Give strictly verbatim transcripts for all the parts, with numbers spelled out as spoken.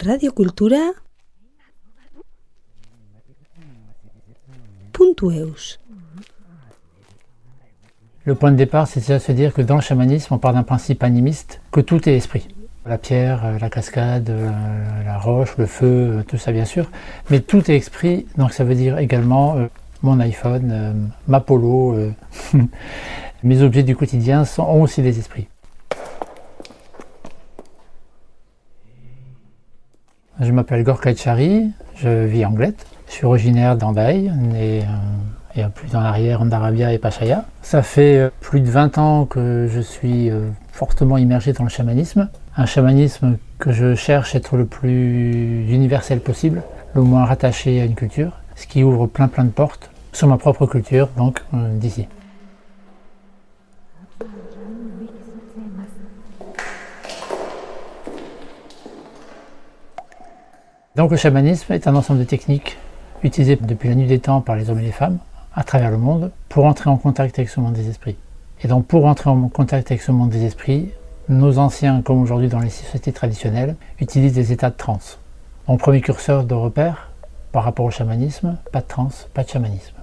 radiokultura punto eus. Le point de départ, c'est déjà de se dire que dans le chamanisme, on part d'un principe animiste, que tout est esprit. La pierre, la cascade, la roche, le feu, tout ça bien sûr, mais tout est esprit, donc ça veut dire également euh, mon iPhone, euh, ma polo, euh, mes objets du quotidien sont, ont aussi des esprits. Je m'appelle Gorka Chari, je vis en Anglette, je suis originaire d'Andaï, né euh, et plus dans l'arrière Andarabia et Pachaya. Ça fait euh, plus de vingt ans que je suis euh, fortement immergé dans le chamanisme. Un chamanisme que je cherche à être le plus universel possible, le moins rattaché à une culture, ce qui ouvre plein plein de portes sur ma propre culture, donc euh, d'ici. Donc le chamanisme est un ensemble de techniques utilisées depuis la nuit des temps par les hommes et les femmes à travers le monde pour entrer en contact avec ce monde des esprits. Et donc pour entrer en contact avec ce monde des esprits, nos anciens, comme aujourd'hui dans les sociétés traditionnelles, utilisent des états de transe. Mon premier curseur de repère par rapport au chamanisme, pas de transe, pas de chamanisme.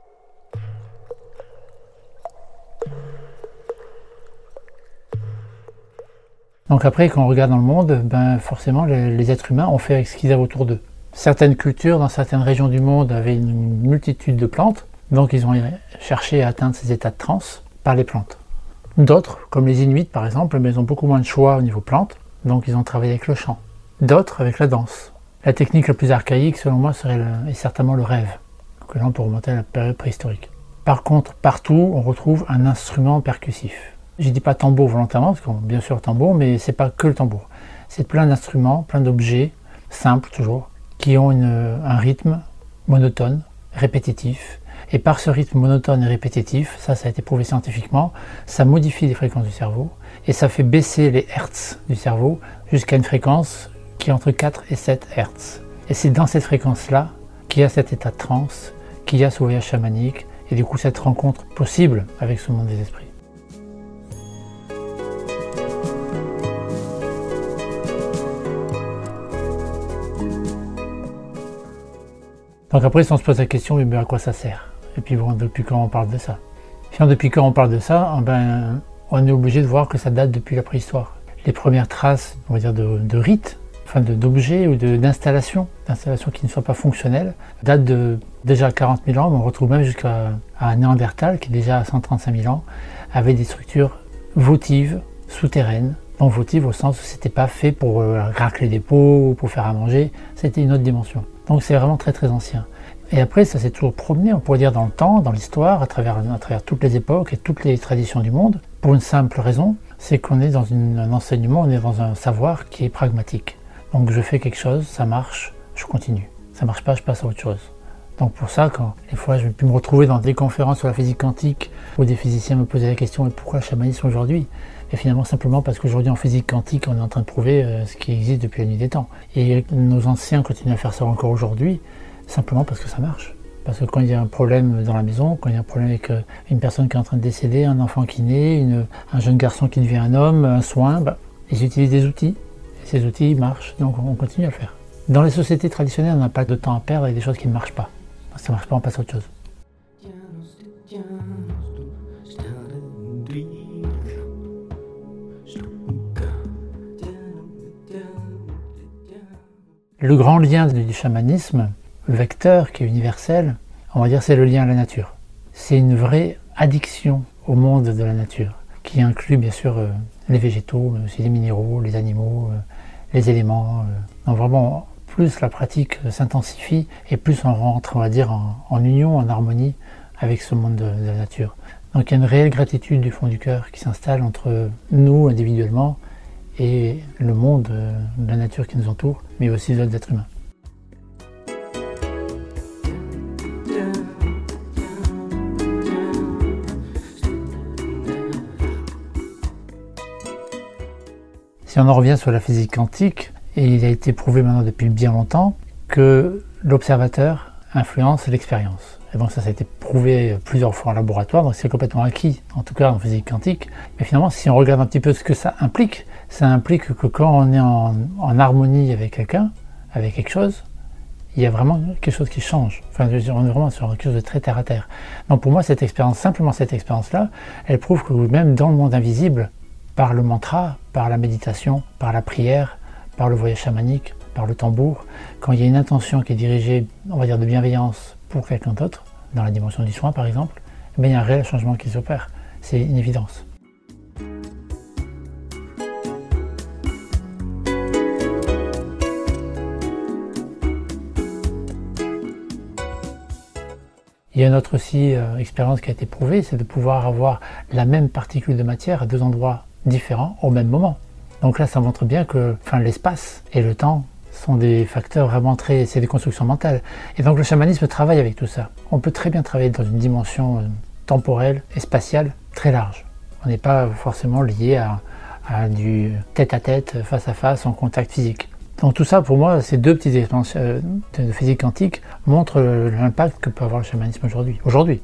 Donc après, quand on regarde dans le monde, ben forcément les, les êtres humains ont fait avec ce qu'ils avaient autour d'eux. Certaines cultures, dans certaines régions du monde, avaient une multitude de plantes, donc ils ont cherché à atteindre ces états de transe par les plantes. D'autres, comme les Inuits par exemple, mais ils ont beaucoup moins de choix au niveau plantes, donc ils ont travaillé avec le chant. D'autres avec la danse. La technique la plus archaïque, selon moi, serait le, est certainement le rêve. Donc là, on peut remonter à la période préhistorique. Par contre, partout, on retrouve un instrument percussif. Je ne dis pas tambour volontairement, parce qu'on bien sûr tambour, mais c'est pas que le tambour. C'est plein d'instruments, plein d'objets, simples toujours, qui ont une, un rythme monotone, répétitif. Et par ce rythme monotone et répétitif, ça, ça a été prouvé scientifiquement, ça modifie les fréquences du cerveau et ça fait baisser les hertz du cerveau jusqu'à une fréquence qui est entre quatre et sept hertz. Et c'est dans cette fréquence-là qu'il y a cet état de transe, qu'il y a ce voyage chamanique et du coup cette rencontre possible avec ce monde des esprits. Donc après, si on se pose la question, mais à quoi ça sert? Et puis bon, depuis quand on parle de ça? Puis depuis quand on parle de ça, ben, on est obligé de voir que ça date depuis la préhistoire. Les premières traces, on va dire, de, de rites, enfin de, d'objets ou de, d'installations, d'installations qui ne soient pas fonctionnelles, datent de déjà quarante mille ans, mais on retrouve même jusqu'à à Néandertal, qui est déjà à cent trente-cinq mille ans, avait des structures votives, souterraines. Donc votives au sens où c'était pas fait pour euh, racler des pots ou pour faire à manger, c'était une autre dimension. Donc c'est vraiment très très ancien. Et après ça s'est toujours promené, on pourrait dire dans le temps, dans l'histoire, à travers, à travers toutes les époques et toutes les traditions du monde, pour une simple raison, c'est qu'on est dans une, un enseignement, on est dans un savoir qui est pragmatique. Donc je fais quelque chose, ça marche, je continue. Ça marche pas, je passe à autre chose. Donc pour ça, quand des fois je pu me retrouver dans des conférences sur la physique quantique où des physiciens me posaient la question, mais pourquoi le chamanisme aujourd'hui? Et finalement simplement parce qu'aujourd'hui en physique quantique on est en train de prouver euh, ce qui existe depuis la nuit des temps. Et nos anciens continuent à faire ça encore aujourd'hui, simplement parce que ça marche. Parce que quand il y a un problème dans la maison, quand il y a un problème avec euh, une personne qui est en train de décéder, un enfant qui naît, une, un jeune garçon qui devient un homme, un soin, bah, ils utilisent des outils. Et ces outils marchent, donc on continue à le faire. Dans les sociétés traditionnelles, on n'a pas de temps à perdre avec des choses qui ne marchent pas. Si ça ne marche pas, on passe à autre chose. Le grand lien du chamanisme, le vecteur qui est universel, on va dire c'est le lien à la nature. C'est une vraie addiction au monde de la nature, qui inclut bien sûr euh, les végétaux, mais aussi les minéraux, les animaux, euh, les éléments. Euh. Donc vraiment, plus la pratique s'intensifie et plus on rentre, on va dire, en, en union, en harmonie avec ce monde de, de la nature. Donc il y a une réelle gratitude du fond du cœur qui s'installe entre nous individuellement et le monde de la nature qui nous entoure, mais aussi les autres êtres humains. Si on en revient sur la physique quantique, et il a été prouvé maintenant depuis bien longtemps que l'observateur influence l'expérience. Et donc ça, ça a été prouvé plusieurs fois en laboratoire, donc c'est complètement acquis, en tout cas en physique quantique. Mais finalement, si on regarde un petit peu ce que ça implique, ça implique que quand on est en, en harmonie avec quelqu'un, avec quelque chose, il y a vraiment quelque chose qui change. Enfin, je veux dire, on est vraiment sur quelque chose de très terre à terre. Donc pour moi, cette expérience, simplement cette expérience-là, elle prouve que même dans le monde invisible, par le mantra, par la méditation, par la prière, par le voyage chamanique, par le tambour, quand il y a une intention qui est dirigée, on va dire, de bienveillance pour quelqu'un d'autre, dans la dimension du soin par exemple, eh bien, il y a un réel changement qui s'opère. C'est une évidence. Il y a une autre aussi euh, expérience qui a été prouvée, c'est de pouvoir avoir la même particule de matière à deux endroits différents au même moment. Donc là, ça montre bien que enfin, l'espace et le temps sont des facteurs vraiment très... c'est des constructions mentales. Et donc le chamanisme travaille avec tout ça. On peut très bien travailler dans une dimension euh, temporelle et spatiale très large. On n'est pas forcément lié à, à du tête-à-tête, face-à-face, en contact physique. Donc tout ça, pour moi, ces deux petites expériences euh, de physique quantique montrent l'impact que peut avoir le chamanisme aujourd'hui. Aujourd'hui.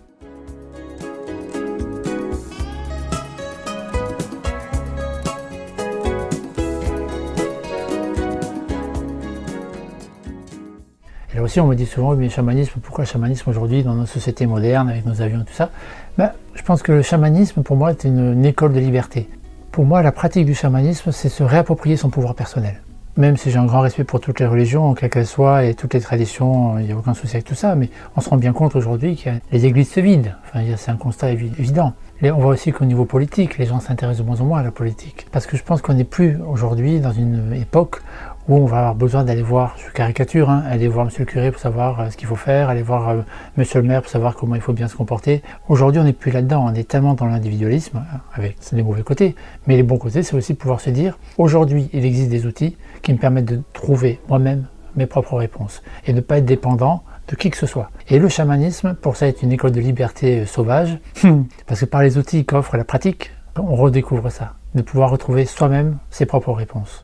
Et là aussi, on me dit souvent, mais le chamanisme, pourquoi le chamanisme aujourd'hui dans nos sociétés modernes, avec nos avions et tout ça? Ben, je pense que le chamanisme, pour moi, est une, une école de liberté. Pour moi, la pratique du chamanisme, c'est se réapproprier son pouvoir personnel. Même si j'ai un grand respect pour toutes les religions, quelles qu'elles soient, et toutes les traditions, il n'y a aucun souci avec tout ça, mais on se rend bien compte aujourd'hui que les églises se vident. Enfin, c'est un constat évident. Et on voit aussi qu'au niveau politique, les gens s'intéressent de moins en moins à la politique. Parce que je pense qu'on n'est plus aujourd'hui dans une époque où on va avoir besoin d'aller voir, je caricature, hein, aller voir monsieur le curé pour savoir euh, ce qu'il faut faire, aller voir euh, monsieur le maire pour savoir comment il faut bien se comporter. Aujourd'hui, on n'est plus là-dedans, on est tellement dans l'individualisme, avec les mauvais côtés, mais les bons côtés, c'est aussi pouvoir se dire, aujourd'hui, il existe des outils qui me permettent de trouver moi-même mes propres réponses et de ne pas être dépendant de qui que ce soit. Et le chamanisme, pour ça, est une école de liberté euh, sauvage, parce que par les outils qu'offre la pratique, on redécouvre ça, de pouvoir retrouver soi-même ses propres réponses.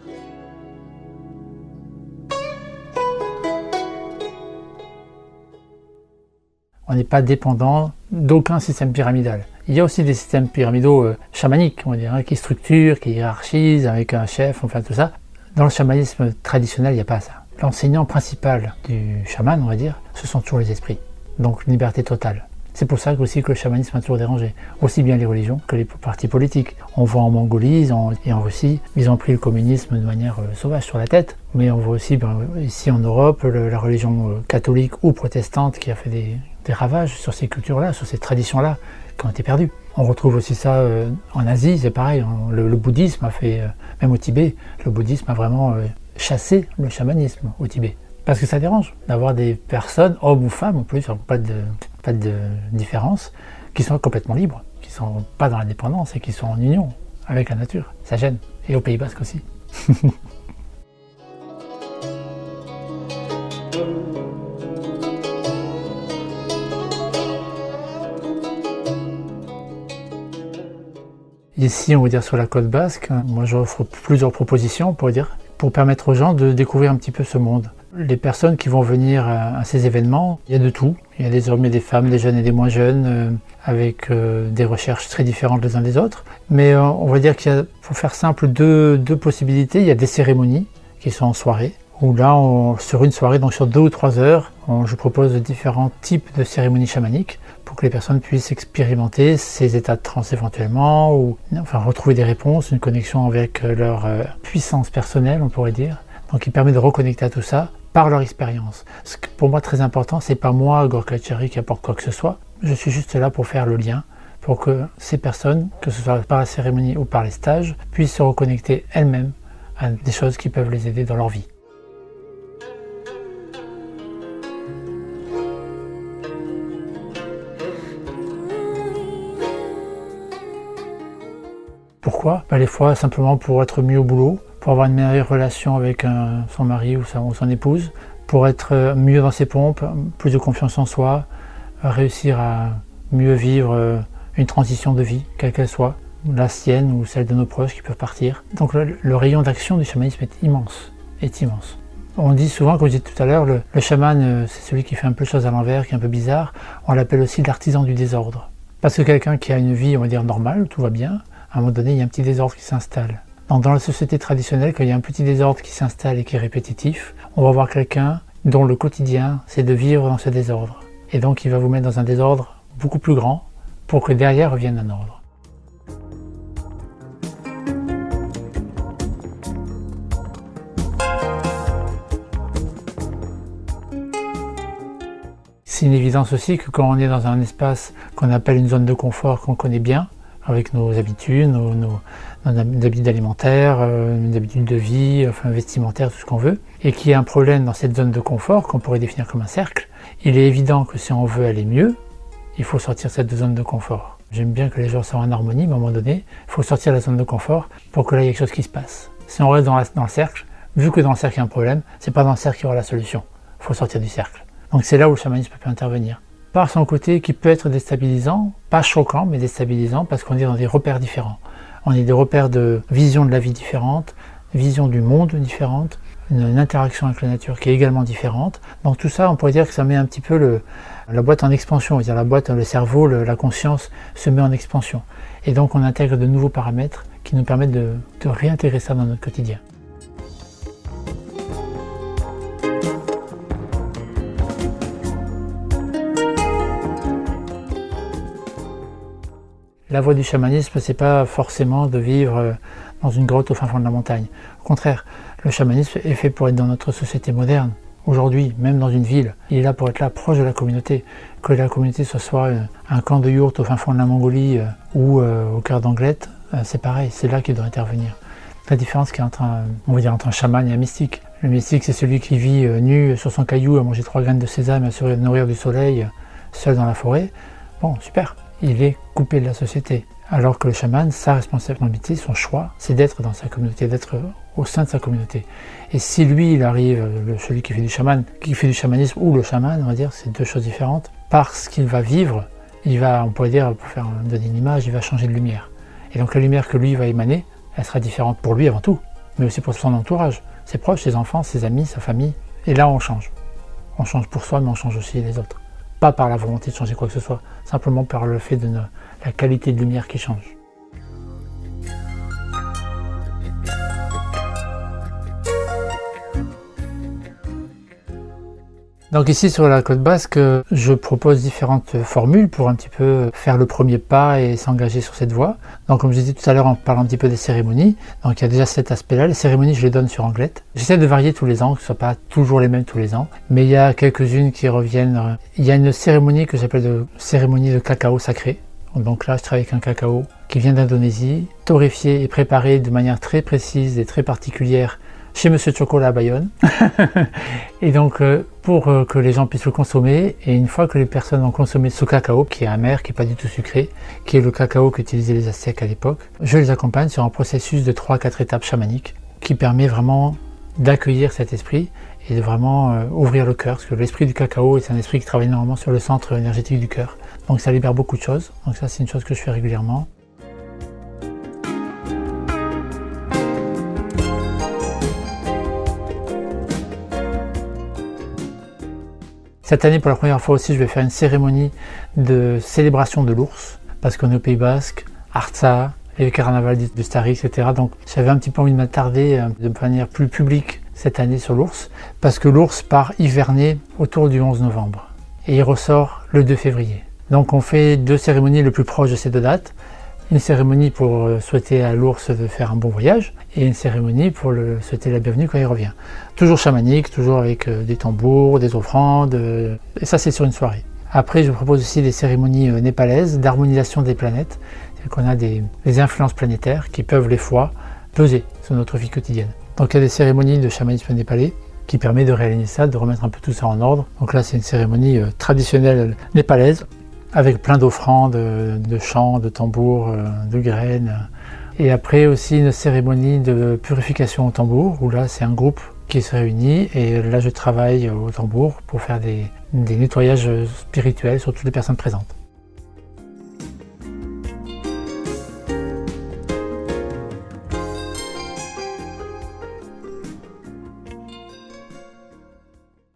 On n'est pas dépendant d'aucun système pyramidal. Il y a aussi des systèmes pyramidaux euh, chamaniques, on dirait, qui structurent, qui hiérarchisent, avec un chef, enfin tout ça. Dans le chamanisme traditionnel, il n'y a pas ça. L'enseignant principal du chaman, on va dire, ce sont toujours les esprits. Donc une liberté totale. C'est pour ça aussi que le chamanisme a toujours dérangé, aussi bien les religions que les partis politiques. On voit en Mongolie et en Russie, ils ont pris le communisme de manière euh, sauvage sur la tête, mais on voit aussi ben, ici en Europe le, la religion euh, catholique ou protestante qui a fait des, des ravages sur ces cultures-là, sur ces traditions-là, qui ont été perdues. On retrouve aussi ça euh, en Asie, c'est pareil, on, le, le bouddhisme a fait, euh, même au Tibet, le bouddhisme a vraiment euh, chassé le chamanisme au Tibet. Parce que ça dérange d'avoir des personnes, hommes ou femmes en plus, pas de, pas de différence, qui sont complètement libres, qui ne sont pas dans la dépendance et qui sont en union avec la nature. Ça gêne. Et au Pays Basque aussi. Ici, on va dire sur la côte basque, moi j'offre plusieurs propositions pour dire, pour permettre aux gens de découvrir un petit peu ce monde. Les personnes qui vont venir à, à ces événements, il y a de tout. Il y a des hommes et des femmes, des jeunes et des moins jeunes, euh, avec euh, des recherches très différentes les uns des autres. Mais euh, on va dire qu'il y a, pour faire simple, deux, deux possibilités. Il y a des cérémonies qui sont en soirée, où là, on, sur une soirée, donc sur deux ou trois heures, on, je propose différents types de cérémonies chamaniques pour que les personnes puissent expérimenter ces états de transe éventuellement, ou enfin retrouver des réponses, une connexion avec leur euh, puissance personnelle, on pourrait dire. Donc il permet de reconnecter à tout ça par leur expérience. Ce qui pour moi très important, c'est pas moi, Gorkachari, qui apporte quoi que ce soit. Je suis juste là pour faire le lien, pour que ces personnes, que ce soit par la cérémonie ou par les stages, puissent se reconnecter elles-mêmes à des choses qui peuvent les aider dans leur vie. Pourquoi? Ben, les fois simplement pour être mieux au boulot, pour avoir une meilleure relation avec un, son mari ou, sa, ou son épouse, pour être mieux dans ses pompes, plus de confiance en soi, réussir à mieux vivre une transition de vie, quelle qu'elle soit, la sienne ou celle de nos proches qui peuvent partir. Donc le, le rayon d'action du chamanisme est immense, est immense. On dit souvent, comme je disais tout à l'heure, le, le chaman, euh, c'est celui qui fait un peu de choses à l'envers, qui est un peu bizarre. On l'appelle aussi l'artisan du désordre. Parce que quelqu'un qui a une vie, on va dire, normale, tout va bien, à un moment donné, il y a un petit désordre qui s'installe. Donc, dans la société traditionnelle, quand il y a un petit désordre qui s'installe et qui est répétitif, on va voir quelqu'un dont le quotidien, c'est de vivre dans ce désordre. Et donc, il va vous mettre dans un désordre beaucoup plus grand pour que derrière revienne un ordre. C'est une évidence aussi que quand on est dans un espace qu'on appelle une zone de confort qu'on connaît bien, avec nos habitudes, nos, nos, nos habitudes alimentaires, euh, nos habitudes de vie, enfin vestimentaires, tout ce qu'on veut, et qu'il y a un problème dans cette zone de confort qu'on pourrait définir comme un cercle, il est évident que si on veut aller mieux, il faut sortir de cette zone de confort. J'aime bien que les gens soient en harmonie, mais à un moment donné, il faut sortir de la zone de confort pour que là il y ait quelque chose qui se passe. Si on reste dans, la, dans le cercle, vu que dans le cercle il y a un problème, c'est pas dans le cercle qu'il y aura la solution. Il faut sortir du cercle. Donc c'est là où le chamanisme peut intervenir. Par son côté qui peut être déstabilisant, pas choquant, mais déstabilisant, parce qu'on est dans des repères différents. On est des repères de vision de la vie différente, vision du monde différente, une, une interaction avec la nature qui est également différente. Donc tout ça, on pourrait dire que ça met un petit peu le, la boîte en expansion, c'est-à-dire la boîte, le cerveau, le, la conscience se met en expansion. Et donc on intègre de nouveaux paramètres qui nous permettent de, de réintégrer ça dans notre quotidien. La voie du chamanisme, c'est pas forcément de vivre dans une grotte au fin fond de la montagne. Au contraire, le chamanisme est fait pour être dans notre société moderne. Aujourd'hui, même dans une ville, il est là pour être là, proche de la communauté. Que la communauté ce soit un camp de yourtes au fin fond de la Mongolie ou euh, au cœur d'Anglette, c'est pareil, c'est là qu'il doit intervenir. La différence qu'il y a entre un, on va dire, entre un chaman et un mystique. Le mystique, c'est celui qui vit euh, nu sur son caillou à manger trois graines de sésame, à se nourrir du soleil, seul dans la forêt. Bon, super. Il est coupé de la société. Alors que le chaman, sa responsabilité, son choix, c'est d'être dans sa communauté, d'être au sein de sa communauté. Et si lui, il arrive, le, celui qui fait du chaman, qui fait du chamanisme, ou le chaman, on va dire, c'est deux choses différentes, parce qu'il va vivre, il va, on pourrait dire, pour faire donner une image, il va changer de lumière. Et donc la lumière que lui va émaner, elle sera différente pour lui avant tout, mais aussi pour son entourage, ses proches, ses enfants, ses amis, sa famille. Et là, on change. On change pour soi, mais on change aussi les autres. Pas par la volonté de changer quoi que ce soit, simplement par le fait de ne, la qualité de lumière qui change. Donc ici sur la côte basque, je propose différentes formules pour un petit peu faire le premier pas et s'engager sur cette voie. Donc comme je disais tout à l'heure en parlant un petit peu des cérémonies, donc il y a déjà cet aspect-là, les cérémonies je les donne sur Anglette. J'essaie de varier tous les ans, que ce ne soit pas toujours les mêmes tous les ans, mais il y a quelques-unes qui reviennent. Il y a une cérémonie que j'appelle de cérémonie de cacao sacré. Donc là je travaille avec un cacao qui vient d'Indonésie, torréfié et préparé de manière très précise et très particulière chez Monsieur Chocolat à Bayonne. Et donc euh, pour euh, que les gens puissent le consommer, et une fois que les personnes ont consommé ce cacao qui est amer, qui n'est pas du tout sucré, qui est le cacao qu'utilisaient les Aztèques à l'époque, je les accompagne sur un processus de trois à quatre étapes chamaniques qui permet vraiment d'accueillir cet esprit et de vraiment euh, ouvrir le cœur, parce que l'esprit du cacao est un esprit qui travaille énormément sur le centre énergétique du cœur. Donc ça libère beaucoup de choses, donc ça c'est une chose que je fais régulièrement. Cette année, pour la première fois aussi, je vais faire une cérémonie de célébration de l'ours, parce qu'on est au Pays Basque, Artza, et le carnaval du Stari, et cetera. Donc j'avais un petit peu envie de m'attarder de manière plus publique cette année sur l'ours, parce que l'ours part hiverner autour du onze novembre, et il ressort le deux février. Donc on fait deux cérémonies le plus proche de ces deux dates. Une cérémonie pour souhaiter à l'ours de faire un bon voyage et une cérémonie pour le souhaiter la bienvenue quand il revient. Toujours chamanique, toujours avec des tambours, des offrandes, et ça c'est sur une soirée. Après je propose aussi des cérémonies népalaises d'harmonisation des planètes, c'est-à-dire qu'on a des, des influences planétaires qui peuvent les fois peser sur notre vie quotidienne. Donc il y a des cérémonies de chamanisme népalais qui permet de réaliser ça, de remettre un peu tout ça en ordre. Donc là c'est une cérémonie traditionnelle népalaise, avec plein d'offrandes, de chants, de tambours, de graines. Et après aussi une cérémonie de purification au tambour, où là c'est un groupe qui se réunit, et là je travaille au tambour pour faire des, des nettoyages spirituels sur toutes les personnes présentes.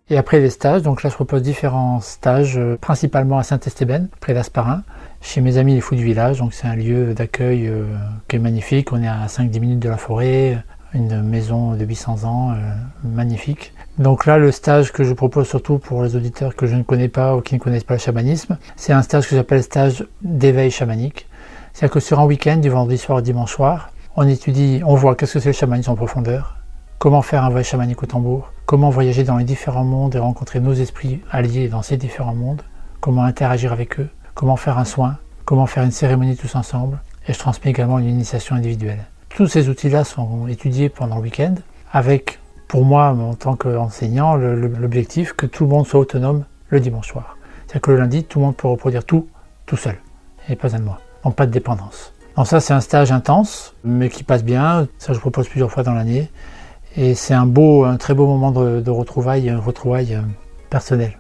Et après les stages, donc là je propose différents stages, euh, principalement à Saint-Estébène, près d'Asparin, chez mes amis les Fous du Village. Donc c'est un lieu d'accueil euh, qui est magnifique. On est à cinq à dix minutes de la forêt, une maison de huit cents ans, euh, magnifique. Donc là le stage que je propose surtout pour les auditeurs que je ne connais pas ou qui ne connaissent pas le chamanisme, c'est un stage que j'appelle stage d'éveil chamanique. C'est-à-dire que sur un week-end, du vendredi soir au dimanche soir, on étudie, on voit qu'est-ce que c'est le chamanisme en profondeur, comment faire un voyage chamanique au tambour, comment voyager dans les différents mondes et rencontrer nos esprits alliés dans ces différents mondes, comment interagir avec eux, comment faire un soin, comment faire une cérémonie tous ensemble, et je transmets également une initiation individuelle. Tous ces outils-là sont étudiés pendant le week-end, avec, pour moi, en tant qu'enseignant, le, le, l'objectif que tout le monde soit autonome le dimanche soir. C'est-à-dire que le lundi, tout le monde peut reproduire tout, tout seul, et pas besoin de moi. Donc pas de dépendance. Donc ça c'est un stage intense, mais qui passe bien, ça je propose plusieurs fois dans l'année, et c'est un beau, un très beau moment de, de retrouvailles, un retrouvailles personnel.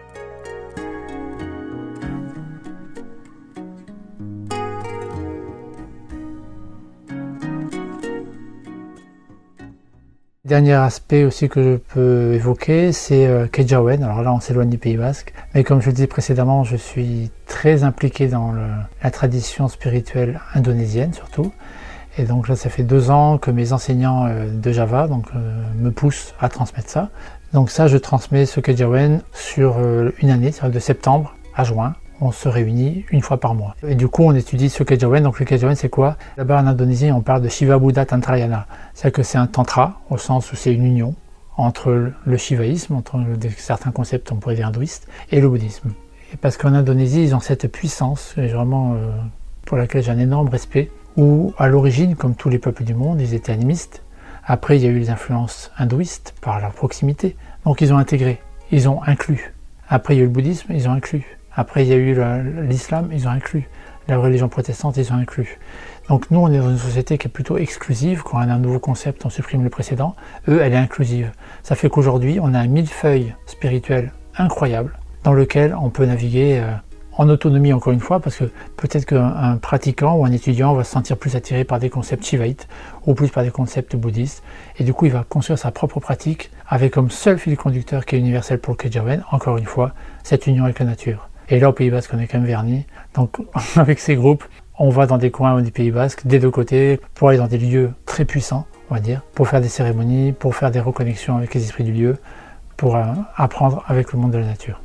Dernier aspect aussi que je peux évoquer, c'est euh, Kejawen. Alors là, on s'éloigne du Pays Basque. Mais comme je le disais précédemment, je suis très impliqué dans le, la tradition spirituelle indonésienne surtout. Et donc là, ça fait deux ans que mes enseignants euh, de Java donc, euh, me poussent à transmettre ça. Donc ça, je transmets ce Kejawen sur euh, une année, c'est-à-dire de septembre à juin. On se réunit une fois par mois. Et du coup, on étudie ce Kejawen. Donc le Kejawen, c'est quoi? Là-bas en Indonésie, on parle de Shiva Buddha Tantrayana. C'est-à-dire que c'est un tantra, au sens où c'est une union entre le shivaïsme, entre certains concepts, on pourrait dire hindouistes, et le bouddhisme. Et parce qu'en Indonésie, ils ont cette puissance, et vraiment euh, pour laquelle j'ai un énorme respect, où à l'origine, comme tous les peuples du monde, ils étaient animistes. Après, il y a eu les influences hindouistes par leur proximité. Donc ils ont intégré, ils ont inclus. Après, il y a eu le bouddhisme, ils ont inclus. Après, il y a eu l'islam, ils ont inclus. La religion protestante, ils ont inclus. Donc nous, on est dans une société qui est plutôt exclusive. Quand on a un nouveau concept, on supprime le précédent. Eux, elle est inclusive. Ça fait qu'aujourd'hui, on a un millefeuille spirituel incroyable dans lequel on peut naviguer euh, en autonomie, encore une fois, parce que peut-être qu'un pratiquant ou un étudiant va se sentir plus attiré par des concepts shivaïtes ou plus par des concepts bouddhistes. Et du coup, il va construire sa propre pratique avec comme seul fil conducteur qui est universel pour le Kejawen, encore une fois, cette union avec la nature. Et là, au Pays Basque, on est quand même vernis. Donc, avec ces groupes, on va dans des coins du Pays Basque, des deux côtés, pour aller dans des lieux très puissants, on va dire, pour faire des cérémonies, pour faire des reconnexions avec les esprits du lieu, pour euh, apprendre avec le monde de la nature.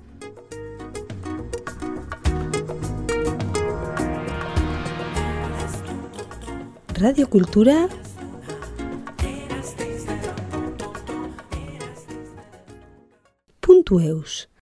Radio Cultura punto eus